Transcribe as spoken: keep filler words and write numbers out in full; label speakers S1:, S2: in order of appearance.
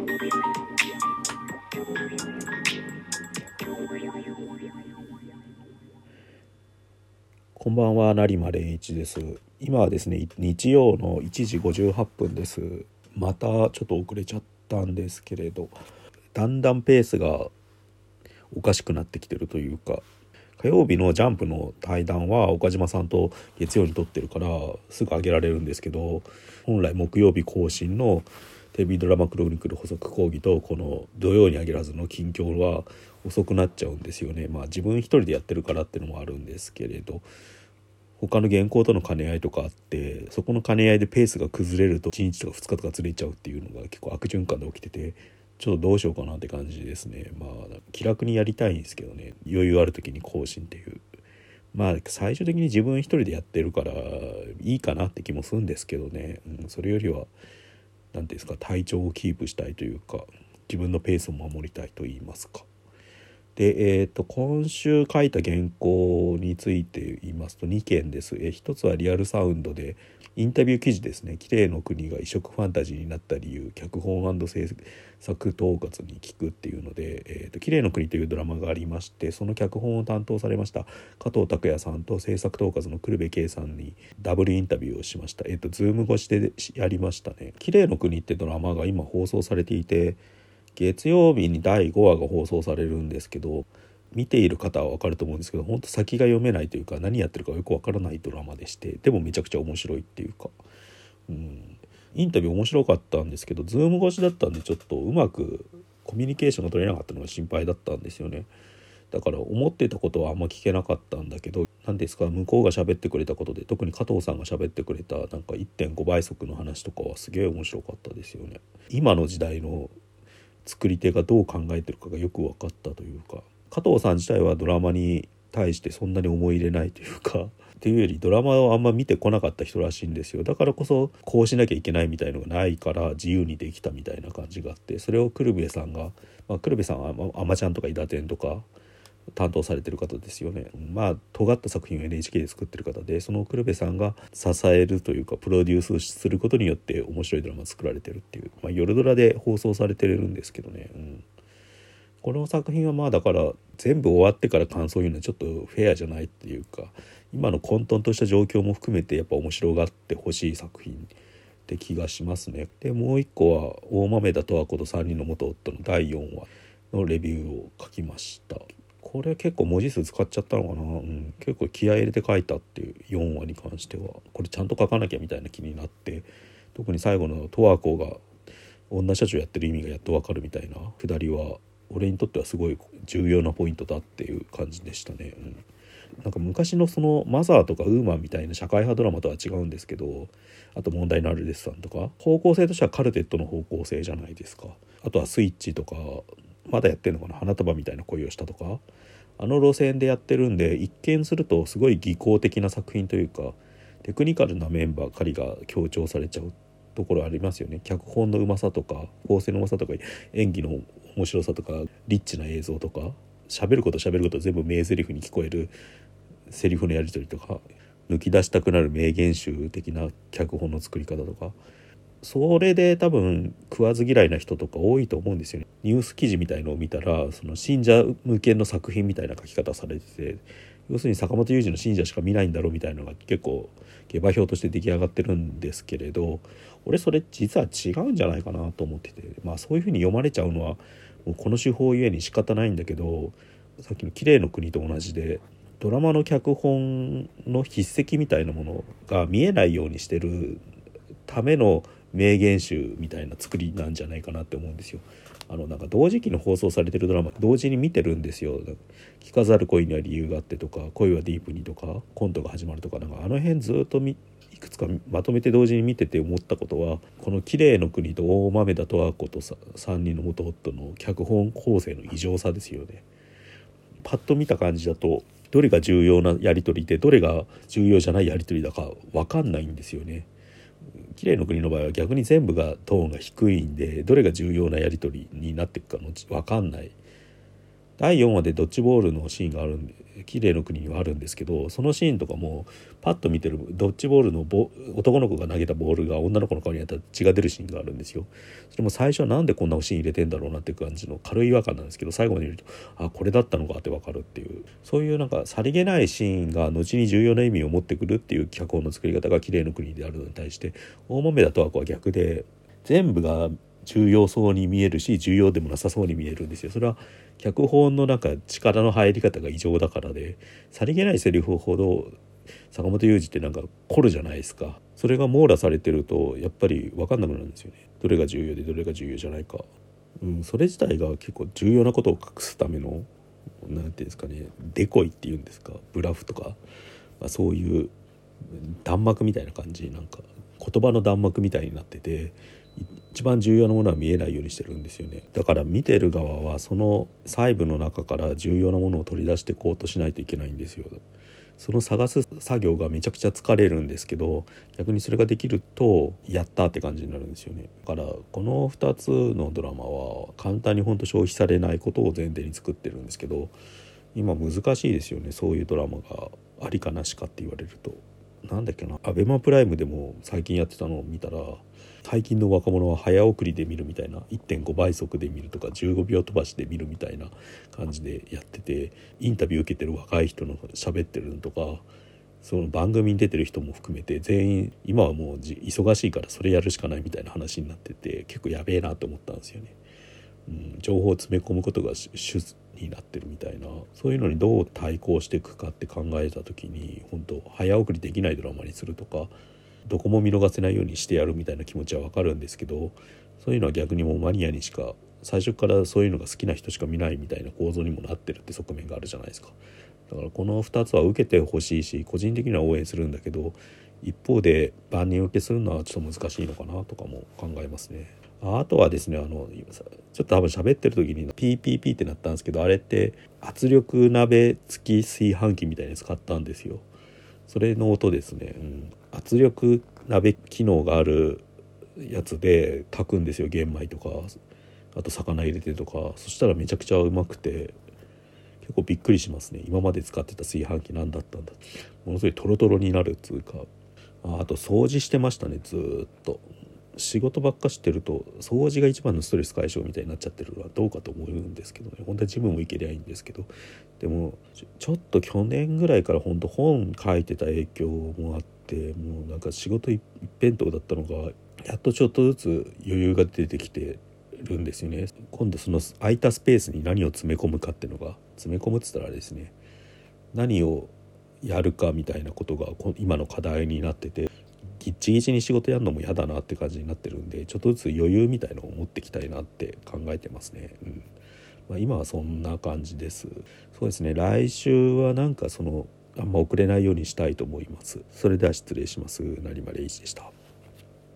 S1: こんばんは、成間蓮一です。今はですね、日曜のいちじごじゅうはっぷんです。またちょっと遅れちゃったんですけれど、だんだんペースがおかしくなってきてるというか、火曜日のジャンプの対談は岡島さんと月曜に撮ってるからすぐ上げられるんですけど、本来木曜日更新のテレビドラマクロニクル補足講義とこの土曜に上げらずの近況は遅くなっちゃうんですよね。まあ自分一人でやってるからっていうのもあるんですけれど、他の原稿との兼ね合いとかあって、そこの兼ね合いでペースが崩れるといちにちとかふつかとかずれちゃうっていうのが結構悪循環で起きてて、ちょっとどうしようかなって感じですね。まあ気楽にやりたいんですけどね、余裕ある時に更新っていう、まあ最終的に自分一人でやってるからいいかなって気もするんですけどね、うん、それよりは何ていうんですか、体調をキープしたいというか、自分のペースを守りたいと言いますか。で、えー、と今週書いた原稿について言いますとにけんです。え一つはリアルサウンドでインタビュー記事ですね。綺麗の国が異色ファンタジーになった理由、脚本&制作統括に聞くっていうので、えー、と綺麗の国というドラマがありまして、その脚本を担当されました加藤拓也さんと制作統括の久留部圭さんにダブルインタビューをしました。えっ、ー、とズーム越しでやりましたね。綺麗の国ってドラマが今放送されていて、月曜日にだいごわが放送されるんですけど、見ている方は分かると思うんですけど、本当先が読めないというか、何やってるかよく分からないドラマでして、でもめちゃくちゃ面白いっていうか、うん、インタビュー面白かったんですけど、ズーム越しだったんでちょっとうまくコミュニケーションが取れなかったのが心配だったんですよね。だから思ってたことはあんま聞けなかったんだけど、何ですか、向こうが喋ってくれたことで、特に加藤さんが喋ってくれたなんか いってんごばい速の話とかはすげえ面白かったですよね。今の時代の作り手がどう考えてるかがよく分かったというか、加藤さん自体はドラマに対してそんなに思い入れないというかっていうよりドラマをあんま見てこなかった人らしいんですよ。だからこそこうしなきゃいけないみたいのがないから自由にできたみたいな感じがあって、それを久留部さんが、まあ、久留部さんはあまちゃんとか伊達天とか担当されてる方ですよね。まあ尖った作品を エヌエイチケー で作ってる方で、その久留部さんが支えるというかプロデュースすることによって面白いドラマ作られてるっていう、まあ、夜ドラで放送されてるんですけどね、うん、この作品はまあだから全部終わってから感想を言うのはちょっとフェアじゃないっていうか、今の混沌とした状況も含めてやっぱ面白がってほしい作品って気がしますね。でもう一個は大豆田十和子とさんにんの元夫のだいよんわのレビューを書きました。これ結構文字数使っちゃったのかな、うん、結構気合い入れて書いたっていうよんわに関してはこれちゃんと書かなきゃみたいな気になって、特に最後の十和子が女社長やってる意味がやっとわかるみたいなくだりは俺にとってはすごい重要なポイントだっていう感じでしたね、うん、なんか昔のそのマザーとかウーマンみたいな社会派ドラマとは違うんですけど、あと問題のあるデッサンとか方向性としてはカルテットの方向性じゃないですか。あとはスイッチとかまだやってるのかな、花束みたいな恋をしたとか、あの路線でやってるんで、一見するとすごい技巧的な作品というかテクニカルな面ばかりが強調されちゃうところありますよね。脚本のうまさとか構成のうまさとか演技の面白さとかリッチな映像とか、喋ること喋ること全部名台詞に聞こえるセリフのやり取りとか、抜き出したくなる名言集的な脚本の作り方とか、それで多分食わず嫌いな人とか多いと思うんですよね。ニュース記事みたいのを見たら、その信者向けの作品みたいな書き方されてて、要するに坂本龍二の信者しか見ないんだろうみたいなのが結構下馬評として出来上がってるんですけれど、俺それ実は違うんじゃないかなと思ってて、まあそういう風に読まれちゃうのはもうこの手法ゆえに仕方ないんだけど、さっきの綺麗の国と同じでドラマの脚本の筆跡みたいなものが見えないようにしてるための名言集みたいな作りなんじゃないかなって思うんですよ。あのなんか同時期に放送されてるドラマ同時に見てるんですよ。聞かざる恋には理由があってとか、恋はディープにとか、コントが始まるとか、なんかあの辺ずっとみいくつかまとめて同時に見てて思ったことは、この綺麗の国と大豆田十和子とささんにんの元夫の脚本構成の異常さですよね。パッと見た感じだとどれが重要なやり取りでどれが重要じゃないやり取りだか分かんないんですよね。綺麗の国の場合は逆に全部がトーンが低いんで、どれが重要なやり取りになっていくかの分かんない。 だいよんわでドッジボールのシーンがあるんで、綺麗の国にはあるんですけど、そのシーンとかもパッと見てるドッジボールのボ男の子が投げたボールが女の子の顔に当たって血が出るシーンがあるんですよ。それも最初はなんでこんなシーン入れてんだろうなっていう感じの軽い違和感なんですけど、最後まで見るとあこれだったのかって分かるっていう、そういうなんかさりげないシーンが後に重要な意味を持ってくるっていう脚本の作り方が綺麗の国であるのに対して、大豆田十和子は逆で、全部が重要そうに見えるし重要でもなさそうに見えるんですよ。それは脚本のなんか力の入り方が異常だからで、さりげないセリフほど坂本雄二ってなんか凝るじゃないですか。それが網羅されてるとやっぱり分かんなくなるんですよね。どれが重要でどれが重要じゃないか、うん、それ自体が結構重要なことを隠すためのなんていうんですかね、デコイっていうんですか、ブラフとか、まあ、そういう弾幕みたいな感じ、なんか言葉の弾幕みたいになってて、一番重要なものは見えないようにしてるんですよね。だから見てる側はその細部の中から重要なものを取り出してこうとしないといけないんですよ。その探す作業がめちゃくちゃ疲れるんですけど、逆にそれができるとやったって感じになるんですよね。だからこのふたつのドラマは簡単に本当消費されないことを前提に作ってるんですけど、今難しいですよね、そういうドラマがありかなしかって言われると。なんだっけな、アベマプライムでも最近やってたのを見たら、最近の若者は早送りで見るみたいな、 いってんご 倍速で見るとかじゅうごびょう飛ばしで見るみたいな感じでやってて、インタビュー受けてる若い人の喋ってるのとか、その番組に出てる人も含めて全員今はもう忙しいからそれやるしかないみたいな話になってて、結構やべえなと思ったんですよね。うん、情報を詰め込むことが主になってるみたいな、そういうのにどう対抗していくかって考えた時に、本当早送りできないドラマにするとか、どこも見逃せないようにしてやるみたいな気持ちは分かるんですけど、そういうのは逆にもうマニアにしか、最初からそういうのが好きな人しか見ないみたいな構造にもなってるって側面があるじゃないですか。だからこのふたつは受けてほしいし、個人的には応援するんだけど、一方で万人受けするのはちょっと難しいのかなとかも考えますね。あとはですね、あのちょっと多分喋ってる時に ピーピーピー ってなったんですけど、あれって圧力鍋付き炊飯器みたいなやつ買ったんですよ。それの音ですね、うん、圧力鍋機能があるやつで炊くんですよ、玄米とかあと魚入れてとか。そしたらめちゃくちゃうまくて結構びっくりしますね。今まで使ってた炊飯器何だったんだ、ものすごいトロトロになるっつうか。 あ, あと掃除してましたね、ずーっと。仕事ばっかしてると掃除が一番のストレス解消みたいになっちゃってるのはどうかと思うんですけどね。本当はジムも行けりゃいいんですけど、でもちょっと去年ぐらいから本当本書いてた影響もあって、もうなんか仕事一辺倒だったのがやっとちょっとずつ余裕が出てきてるんですよね。今度その空いたスペースに何を詰め込むかっていうのが、詰め込むっつったらあれですね、何をやるかみたいなことが今の課題になってて、ギッチギチに仕事やるのも嫌だなって感じになってるんで、ちょっとずつ余裕みたいのを持ってきたいなって考えてますね、うん。まあ、今はそんな感じです。そうですね、来週はなんかそのあんま遅れないようにしたいと思います。それでは失礼します。成間礼一でした。